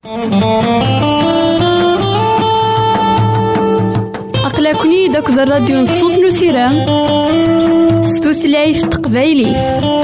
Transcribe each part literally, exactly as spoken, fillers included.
أقلكني داك الراديو نصوص نسيران ستوثلايف تقبايلي.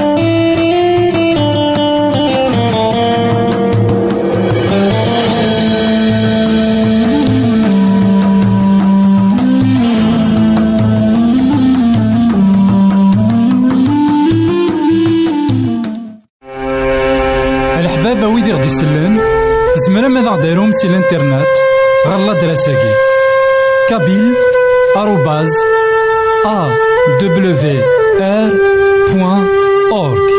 الحبابة ويدي غدي يسلن زمرا ماذا غديرهم سي الانترنت غالا دراساكي كابيل آروباز أ دبليو آر بوان أورك.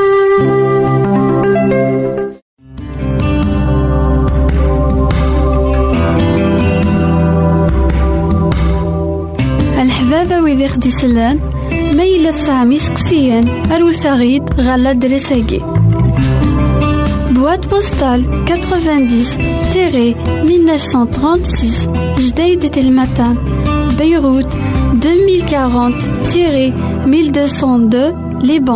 الحبابة ويدي غدي يسلن ميلا سامي سقسيان أروساغيد غالا دراساكي boîte postale quatre-vingt-dix mille neuf cent trente-six Jdeïd El Matan Beyrouth deux mille quarante mille deux cent deux Liban.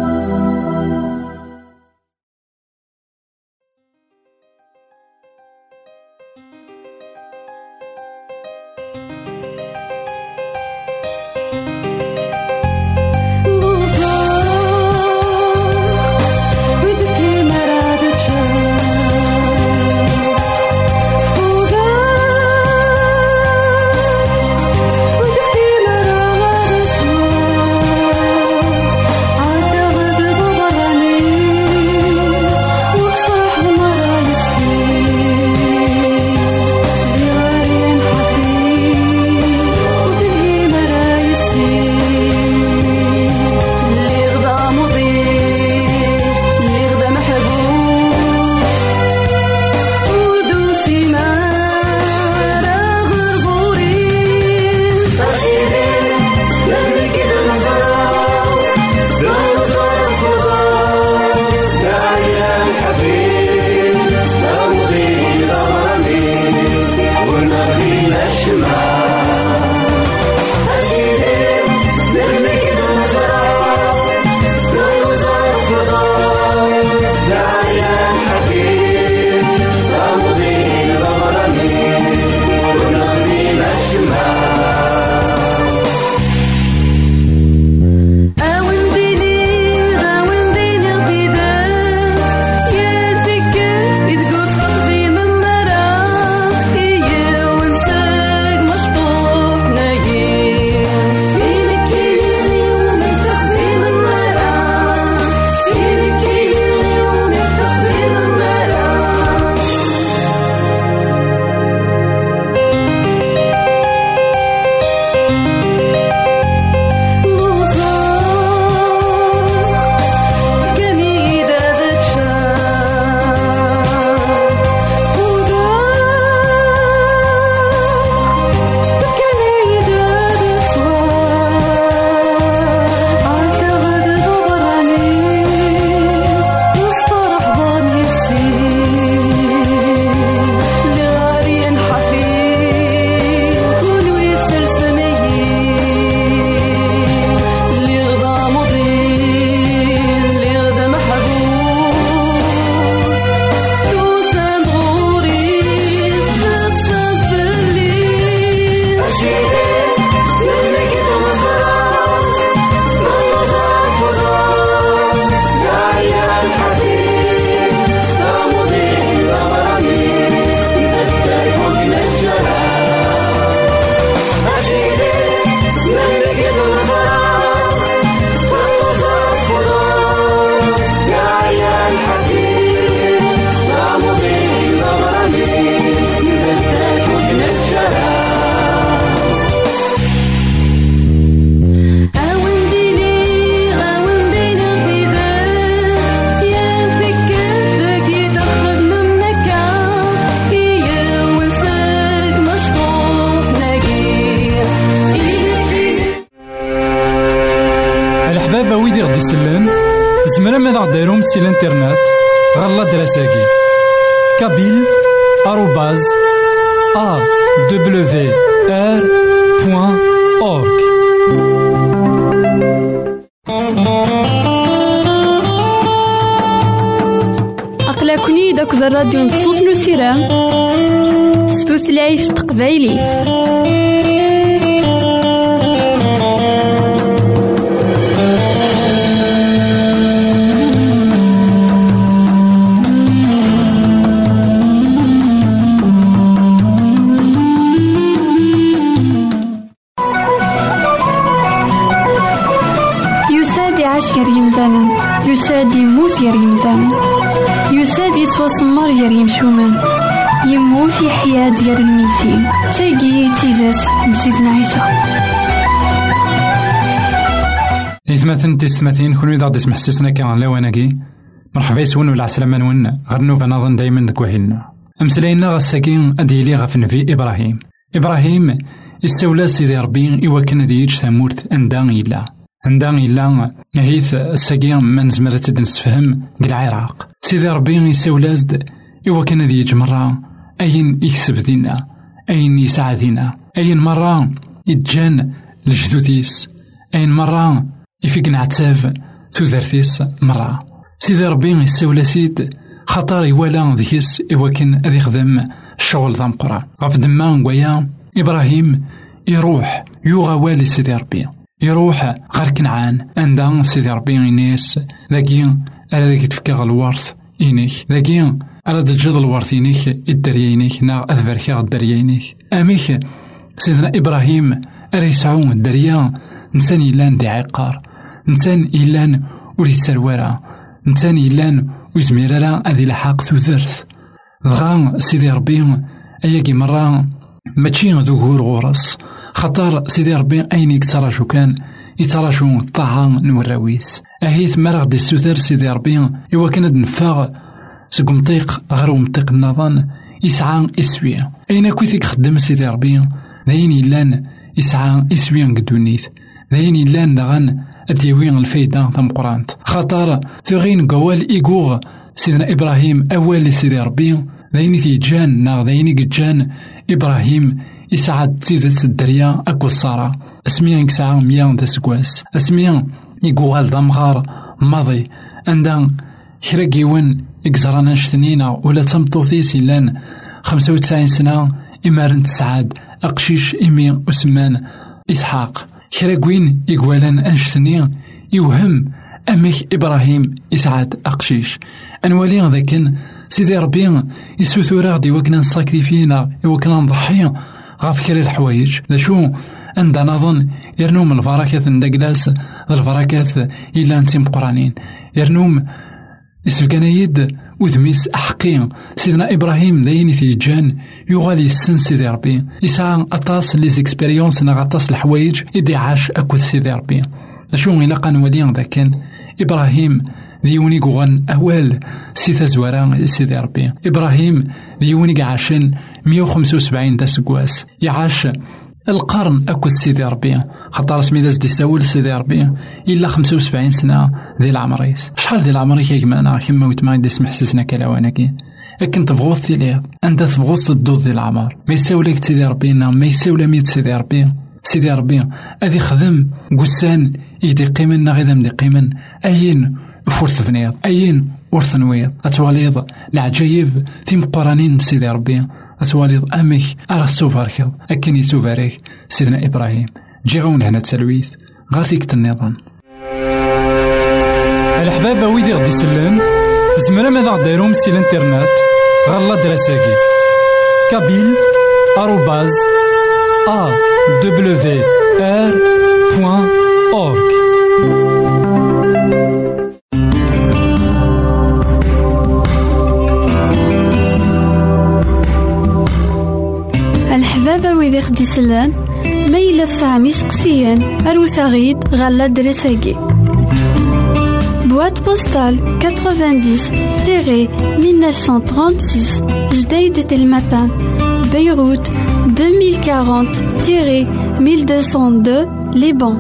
زمرا ماذا غديرهم سي الانترنت غالا دراساكي كابيل آروباز أ دبليو آر بوان أورك. أقلكني داك الراديو نصوص نسي Asirem s tutlayt taqbaylit. يساد يموت يا ريمدان، يساد يتوسمر يا ريمشومان، يموت يحيا ديال الميتين. تاقي تيزات نسيتنا عيسى إثماثن تستماثين كونو إذا تسمح سيسنا كان لاواناكي مرحبا يسون ولا عسلامة نون غرنو غنظن دايما دك وهيلنا أمسلاينا غساكين أديلي غف نبي إبراهيم. إبراهيم يستولى سيدي ربي إوا كان ديج ثمورت أندان إلا أندان إلا نهيث الساقين من زمرت نسفهم العراق. سيدي ربي يستولى إوا كان ديج مرة أين يكسب دينا أين يساعدنا أين مرة يتجان لجدوديس أين مرة يفيق نعتاف تودرتيس مرة. سيدي ربي يستولى سيد خطر يوالا ذيكس إوا كان أذي خدم الشغل ذا مقرا غف دمان ويا إبراهيم يروح يوغا والي سيدي ربي يروح غير كنعان عندها سيدي ربي إنيس ذاكي على ذاك تفكا الورث إنيك ذاكي على تجد الورث إنيك الدريينيك نا أذبركا الدريينيك أميك سيدنا إبراهيم أرى يسعون الدريا نسان إلان دي عقار نسان إلان ولي سروارا نسان إلان ويزميرالا أذي لحاق تودرث ضغان سيدي ربي أياكي مرة ماشي ذكور غورس خطر سيدي ربي أين يتراجو كان يتراجو الطعام نوراويس أهيث مرغ دي السوثر سيدي ربي إوا كان نفاغ سق مطيق غير مطيق النظام يسعى إسوي أين كويتيك خدم سيدي ربي ذاين إلان يسعى إسوي قدونيث ذاين إلان دغن أديوين الفايدة ثم قرانت خطر ثغين قوال إيقوغ سيدنا إبراهيم أول لسيدي ربي ذاين ثيجان نا ذاين قجان إبراهيم يسعد تيدت الدريا أكو الصارة اسميان كسعة ميان دا سكواس اسميان يقوغال ضمغار ماضي عندان كراكيون إكزرانا شتنينا ولا تمطوثيس إلان خمسة وتسعين سنة إمارن تسعاد أقشيش إمي أسمان إسحاق كراكوين يقوالان أنشتنين يوهم أميك إبراهيم يسعد أقشيش أنوالي ذاكن سيدي ربي يسوثورا غدي وكنا نساكريفينا وكنا نضحي غاف كري الحوايج ذا شو عندنا نظن يرنوم البركات ندقلاس البركات إلا نتيم قرانين يرنوم يسفقنا يد وذميس أحقين سيدنا إبراهيم دايني في جان يغالي السن سيدي ربي يسعى أطاس ليز إكسبيريونس نغطاس الحوايج يدي عاش أكو سيدي ربي ذا شو إلا قانوليان ذا كان إبراهيم ديوني قوغن أول سيثا زواران سيدي ربي إبراهيم ديوني عاشن مية وخمسة وسبعين دا سكواس يعاش القرن أكو سيدي ربي خاطر رسمي داز دي ساول سيدي ربي إلا خمسة وسبعين سنة ذي العمريس شحال ذي العمريس يجمعنا كيما ويتماين دي سمح سيسنا كلاواناكي لكن تبغوث تيليغ أنت تبغوث تدوض ذي العمر ما يساولك سيدي ربي ما يساول ميت سيدي ربي سيدي ربي أذي خدم قسان يدي قيمن غير دي قيمن أين فرث فنيض أين ورث نويض أتواليض العجايب ثيم قرانين سيدي ربي أتواليض أمك أرى السوفاركض أكن يسوفاريك سيدنا إبراهيم جيغون هنا تسلويث غارتيك النظام الحبابة ويدي غدي سلم زمرا ماذا غديرهم سي الانترنت غالا دراساكي كابيل آروباز أ دبليو آر بوان أورك. الحبابة ويدي خدي سلان ميلا سامي سقسيان أروثا غيد غالا دراساكي boîte postale quatre-vingt-dix mille neuf cent trente-six Jdeï de Telmatan Beyrouth deux mille quarante mille deux cent deux Liban.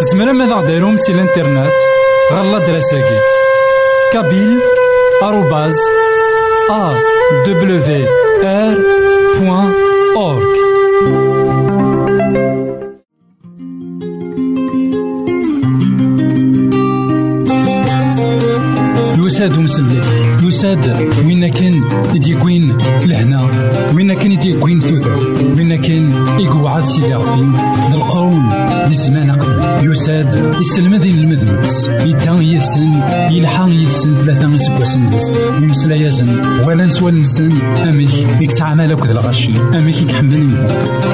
زمرا ماذا دايروم سي الانترنت غالا دراساكي كابيل آروباز أ دبليو آر بوان أورك. يساد مسلي يساد وين كان يديكوين لهنا وين كان يديكوين ثوث وين كان يقعد سيدي ربي القرون للزمان قبل يساد يسلم ذي المذنبس يدان يسن يلحق يسن ثلاثة مسكوسن بس يمسلا يزن ولا نسوى المسن أميك يكسع مالك ذا الغشي أميك يكحملني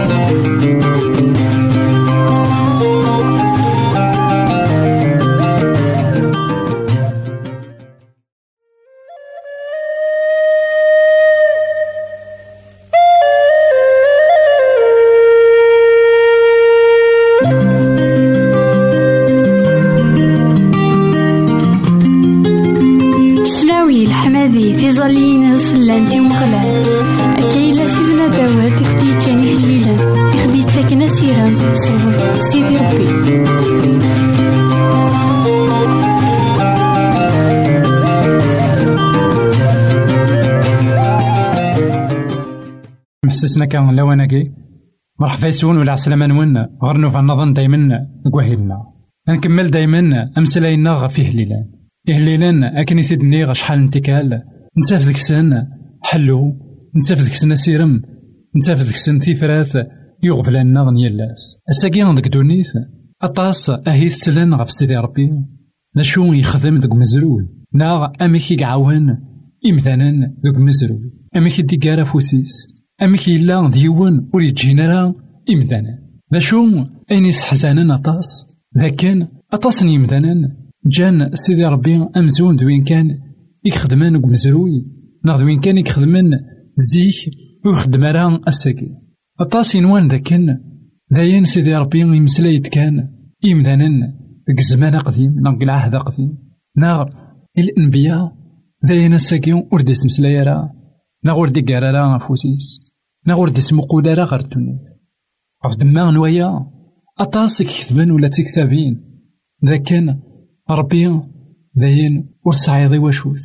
محسسنا كان لواناكي مرحبا يسون ولا عسلامة نون غرنو فنظن دايما نقوهيلنا نكمل دايما أمسلاينا غفي هليلان إهليلان أكني ثدني غشحال انتكال نساف ذيك سن حلو نساف ذيك سن سيرم نساف ذيك سن تيفراث يغبلنا غنيلاس الساقين ذيك دونيث أطاس أهيث سلان غف سيدي ربي نشو يخدم ذيك مزروي ناغ أميك يقعوان إمثالا ذيك مزروي أميك يديقارا فوسيس أميك إلا ديون ولي تجينا إمدانا ذا شو أين يسحزانا أطاس ذا كان أطاس إمدانا جان سيدي ربي أمزون دوين كان يخدمان ومزروي ناغ دوين كان يخدمان زيك ويخدمان الساكي أطاس ينوان ذا كان ذاين سيدي ربي يمسلايت كان إمدانا ذاك الزمان قديم ناغ العهد قديم ناغ الأنبياء ذاين الساكي وردس مسلايرا ناغور دي قرارا فوسيس ناغور دي سمقودارا غرتوني عف دماغ نوايا أطاسك كثبان ولا تكتابين ذا كان ربي ذاين ورسعيضي وشوث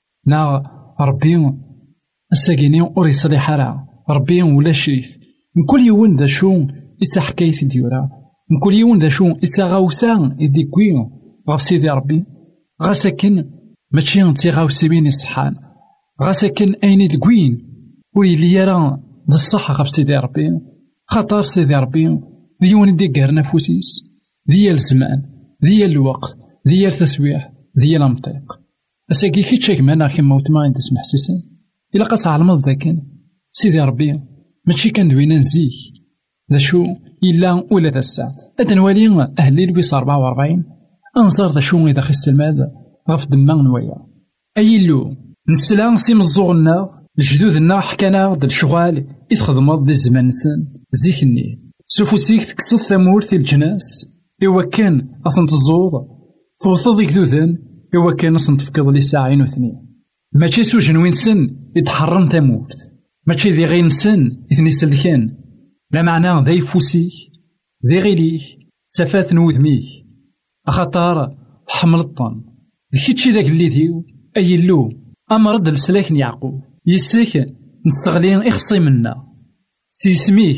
نا ربي الساقيني وريصلي حرا ربي ولا شيث من كل يوم ذا شو إتسا حكاية ديورا من كل يوم ذا شو إتسا غاوسا إدي كوين غاف سيدي ربي غاساكن ماشي نتي غاوسي بين الصحان غاساكن أيني دكوين ويلي يرى ذا الصح غف سيدي ربي خاطر سيدي ربي ديون دي قهرنا فوسيس ديال الزمان ديال الوقت ديال التسويح ديال المنطق الساقي كي تشاك معنا كيما وتما انت تسمح سيسن إلا قد تعلمض ذاكن سيدي ربي ماشي كان دوينا نزيك ذا شو إلا ولا ذا الساعة أدنوالي أهلي البيس أربعة وأربعين أنظر ذا شو إذا خس الماذا غف دماغ نوايا أيلو نسلا سيم الزغنا الجدودنا حكانا د الشغال يتخدمض دي الزمان نسن زيكني سوفوسيك تكسط ثمورث الجناس إوا كان أثنت الزوض توصل ذيك ذوذن إوا كان أصنت تفكض لي ساعين وثنين ماشي سو جنوين سن يتحرم ثمورث ماشي ذي غين سن إثني سلكان لا معنى ذي فوسيك ذي غيليك سفات نوذميك أخطار حمل الطن ذكيتشي ذاك اللي ذيو أي اللو أمرد لسلاكن يعقوب يسيك نستغلين إخصي منا سيسميك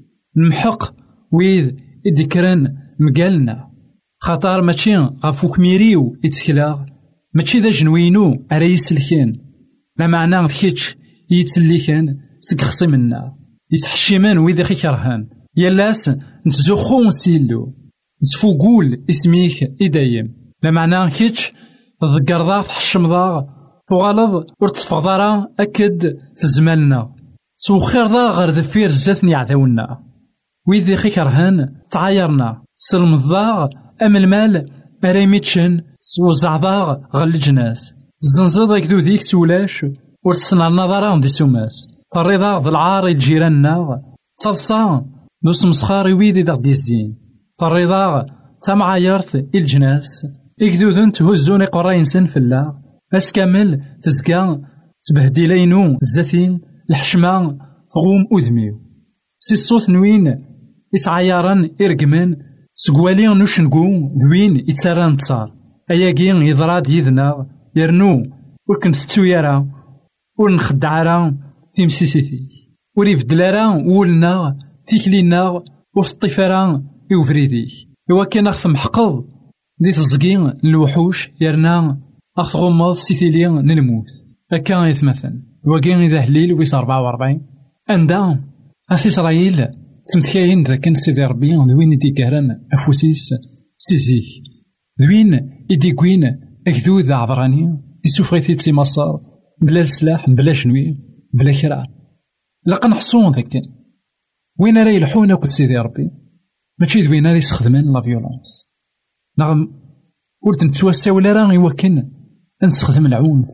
نمحق ويذ إدكران مقالنا خطار ماشي غفوك ميريو يتسكلاغ ماشي ذا جنوينو أرا يسلكين لا معنى فكيتش يتسلكين سك خصي منا يتحشيمان ويذا خي كرهان يلاس نتزوخو نسيلو نتفوقول اسميك إدايم لا معنى كيتش ذكر ذا تحشمضاغ تغالض ورتفغضارا أكد تزمالنا سو خير ذا غير ذفير زاتني عذاونا ويذي خي كرهان تعايرنا سلم الضاغ أم المال أريميتشن وزعضاغ غل الجناس الزنزض يكدو ذيك سولاش ورتصنع النظران دي سوماس فريضا ذا العار الجيران تصلصا دو سمسخاري ويذي ذا دي الزين فريضا تمعايرت الجناس يكدو ذن تهزوني قراين سن فلا أس كامل تزكا تبهديلينو الزثين الحشمة تغوم أذميو سي الصوت نوين يتعايران إرقمان سقوالي نوش نقوم دوين يتسارى نتصار أياقين يضراد يذنا يرنو ولكن فتسو يرى ولنخدع راه تيمسيسيتي وريفدل راه ولنا تيكلينا وسطيفرا يوفريديك إوا كان أخذ محقض دي تزقين الوحوش يرنا أخذ غمض سيثيليا نلموت هكا يتمثل وكين إذا هليل ويس أربعة وأربعين عندها أخي إسرائيل تمتكاين ذاك سيدي ربي دوين يدي كهران أفوسيس سيزيك دوين يدي كوين أكدود عبراني يسوفغيثي تسي مصار بلا السلاح بلا شنوي بلا كرا لقا نحصون ذاك وين راه يلحونا كل سيدي ربي ماشي دوين راه يستخدمن لا فيولونس نعم قلت نتوسع ولا راه يوكن نستخدم العنف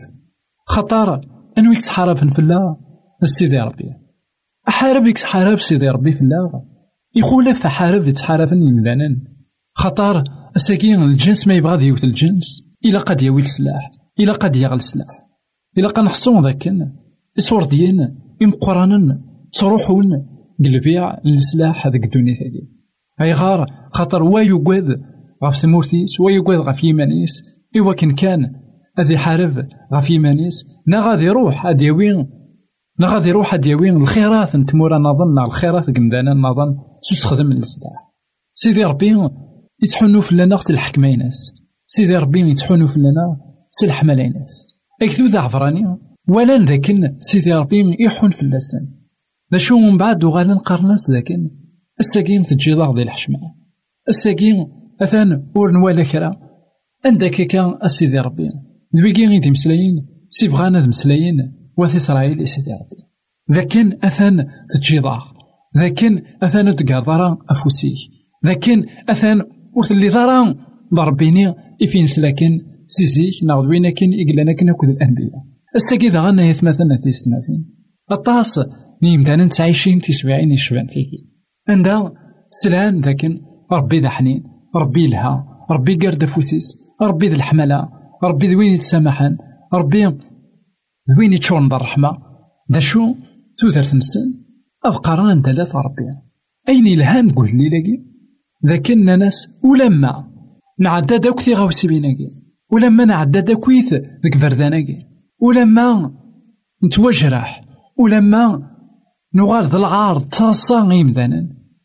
خطر أنويك تحارب في الله سيدي ربي أحاربك تحارب سيدي ربي في الله يخولف حارب يتحارب يمدانا خطر أساكين الجنس ما يبغى يوث الجنس إلا قد يوي السلاح إلا قد يغل السلاح إلا قد نحصون ذاكن إصور ديالنا إمقرانا صروحون قلبيع السلاح هذاك الدنيا هذه أي غار خطر ويقوذ غف ثمورتيس ويقوذ غف يمانيس إوا كان كان هذي حارب غف يمانيس نا غادي يروح هادي يوين نا غادي يروح هادي يوين الخيرات نتمورا نظن الخيرات قمدانا نظن تستخدم السلاح سيدي ربي يتحنو في لنا غسل الحكميناس سيدي ربي يتحنو في لنا سلح ملايناس أكدو ذا عفراني ولا لكن سيدي ربي يحون في اللسان نشو من بعد وغالا نقارناس لكن الساقين تجي ضاغ ديال الحشمة الساقين أثان ور نوالا كرا عندك كان السيدي ربي دويكي غيدي مسلايين سيبغانا ذ مسلايين وثي إسرائيل سيدي ربي ذاكن أثان تجي ضاغ ذاكن أثان تقاضرا أفوسيك ذاكن أثان ورث اللي ضرا ضربيني إفين سلاكن سيزيك ناغدوينا كن إقلانا كنا كل الأنبياء الساقي ذا غانا يثمثلنا تيستنافين الطاس نيمدانا نتعيشين تيسبعين يشبان فيكي عندها سلان ذاكن ربي ذا حنين ربي لها ربي قرد فوسيس ربي ذا الحملة ربي ذوين يتسامحن ربي ذوين يتشون ذا الرحمة ذا شو تودر تنسن أفقاران ثلاث ربي أين الهان نقول لي لاقي ذاكن ناس ولما نعدى داك ثي غاوسي بيناكي ولما نعدى داكويث ذك فرداناكي ولما نتوجرح ولما نغال ذا العارض تصاصا غيمدانا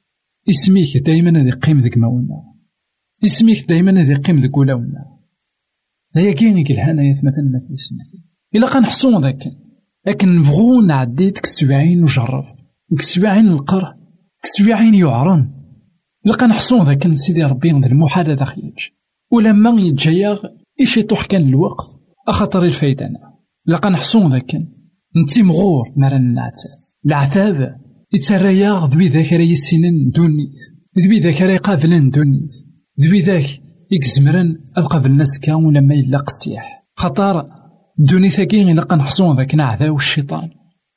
اسميك دايما ذي قيم ذك ماولنا اسميك دايما ذي قيم ذك ولاولنا لا يكين الهانا يثمثلنا في اسمه إلا قنحصون ذاك لكن نبغو نعدي ديك السبعين وجرب ديك السبعين القرح ديك السبعين يعرن إلا قنحصون ذاك سيدي ربي ذا المحادة ذا خيج ولما يتجياغ إيش يطوح كان الوقت أخطر الفايدانا إلا قنحصون ذاك نتي مغور مرن العتاب العتاب يتسرياغ ذوي ذاك راه يسنن دوني ذوي ذاك راه يقابلن دوني ذوي ذاك يكزمرن القابل الناس كاون لما يلاق السياح خطر دوني ثاكين إلا قنحصون ذاك نعذا والشيطان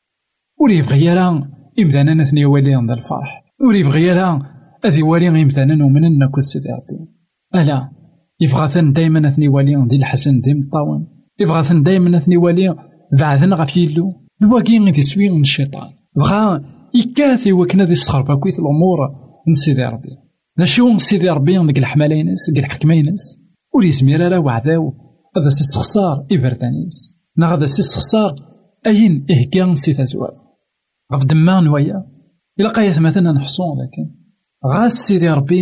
ولي يبغي يرى إمدانا نثني واليان ذا الفرح ولي يبغي يرى أذي واليان إمدانا ومننا كل سيدي ربي ألا يبغاثن دايما نثني واليان ذي الحسن ديم الطاون يبغاثن دايما نثني واليان بعثن غفيلو دواكين غير يسوي من الشيطان بغا يكاثي وكنا ذي الصخربة كويت الأمور من سيدي ربي ذا شو سيدي ربي ديك الحمالينس ديك الحكمينس ولي زميرا راه وعداو هذا سي استخسار إبردانيس نا هذا سي استخسار أين إهكان سي تزوال غف دمان ويا إلا قايت مثلا نحصون لكن غاس سيدي ربي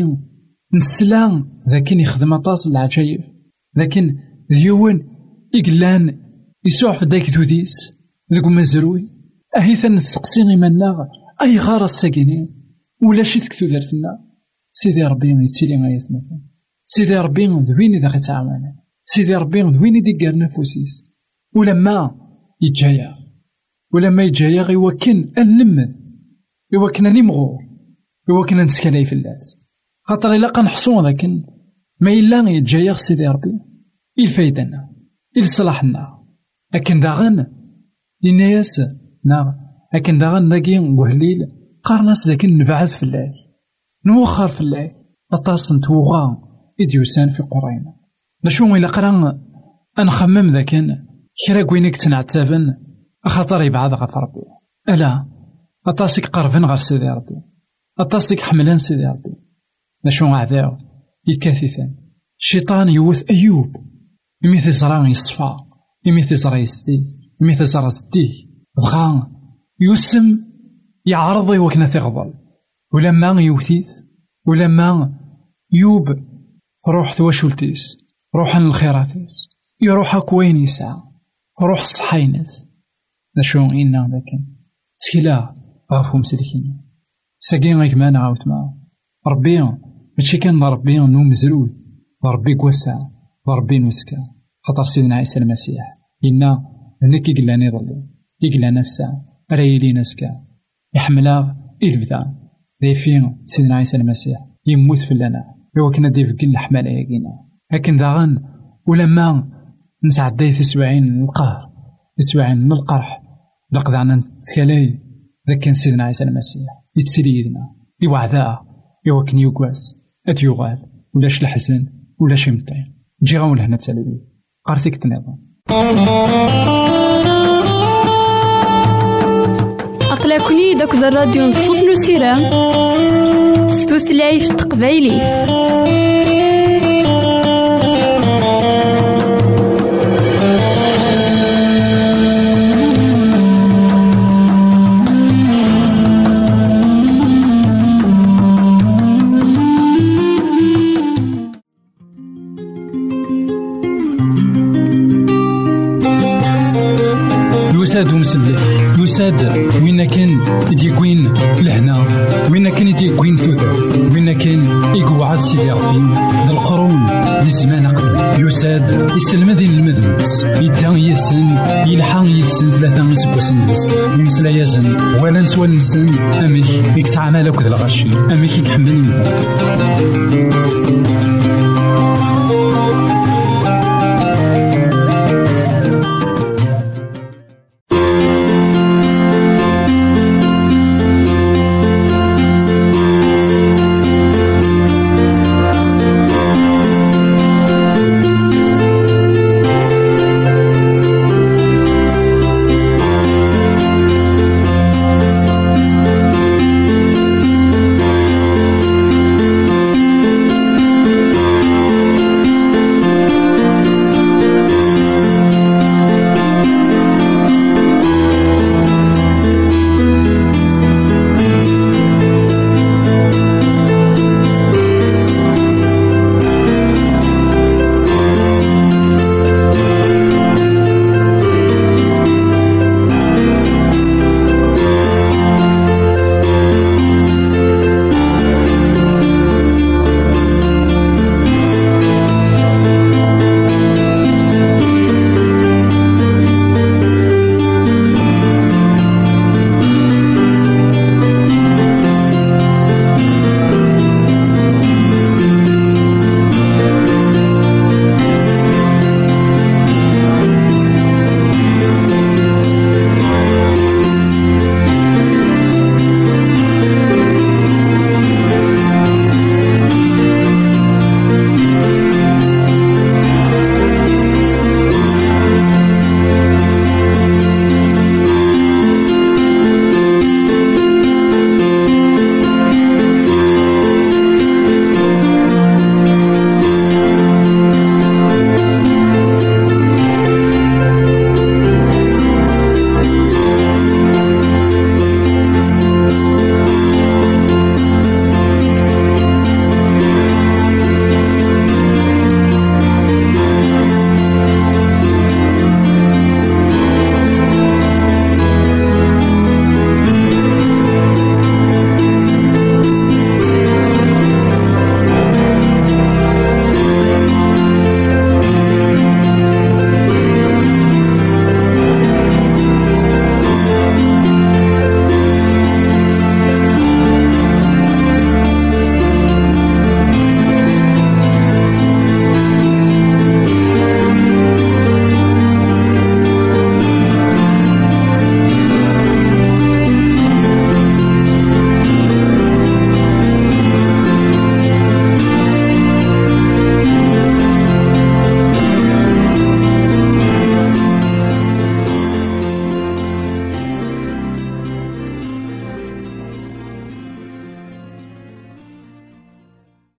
نسلام ذاكين يخدم طاس العجايب لكن ذيون إقلان يسوح في داك توديس ذاك مزروي أهيثا نسقسيني مناغ أي غار الساكنين ولا شي تكتو دارتنا سيدي ربي يتسيلي ما يثمثل سيدي ربي دويني ذاك يتعامل سيدي ربي دويني دي قار نفوسيس ولما يتجايا ولما يتجايا غيوكن أنلمذ يوكن نمغور يوكن نسكالاي في اللاس خاطر إلا قنحصون ذاكن ما إلا يتجايا سيدي ربي الفايدنا الصلاحنا لكن داغن لناس نا لكن داغن ناقي وهليل قارناس لكن نبعث في الله نوخر في الله أطاس نتوغا إديوسان في قرينا نشوم إلا قران أنخمم ذاكن كرا كوينيك تنعتابن خاطر يبعاد غف ربي ألا أطاسك قرفن غف سيدي ربي أطاسك حملان سيدي ربي نشون أعداء يكاثثا الشيطان يوث أيوب يميث زران يصفى يميث زرا يستيه يميث زرا ستيه بغا يسم يعرض وكنا تغضل ولما يوثيث ولما يوب تروح ثواشولتيس روحا للخيراتيس يروح كوين يسعى روح صحينس نشون إنا لكن سكلا غافهم سلكين ساقين غيك ما نعاود معه ربي ماشي كان ربي نو مزروي ربي قوسع ربي نسكا خاطر سيدنا عيسى المسيح إنا هناك يقلاني ظلي يقلانا الساعة رايلي نسكا يحملا إلبدا ذي فين سيدنا عيسى المسيح يموت في لنا إوا كنا دي فكين الحمالة يقينا لكن داغن ولما نسعدي في سبعين القهر في سبعين من القرح لقد عنا نتكالي ذاك سيدنا عيسى المسيح يتسلي يدنا يوعدا إوا كن يقواس أتيوغال ولاش الحزن ولاش يمطين جي غاون لهنا تسالي قارتيك تنظم أقلكني داك الراديو نصوص نسيرام ستوثلايف تقبايلي يساد ومسلك يساد وين كان يديكوين لهنا وين كان يديكوين ثوثر وين كان يقعد سيدي ربي ذا القرون ذي الزمان قبل يساد يسلم ذي المذنبس يدان يسن يلحق يسن ثلاثة يسبوسن دوز يمسلا يزن ولا نسوى نسن أميك يكسع مالك ذا الغشي أميك يكحمل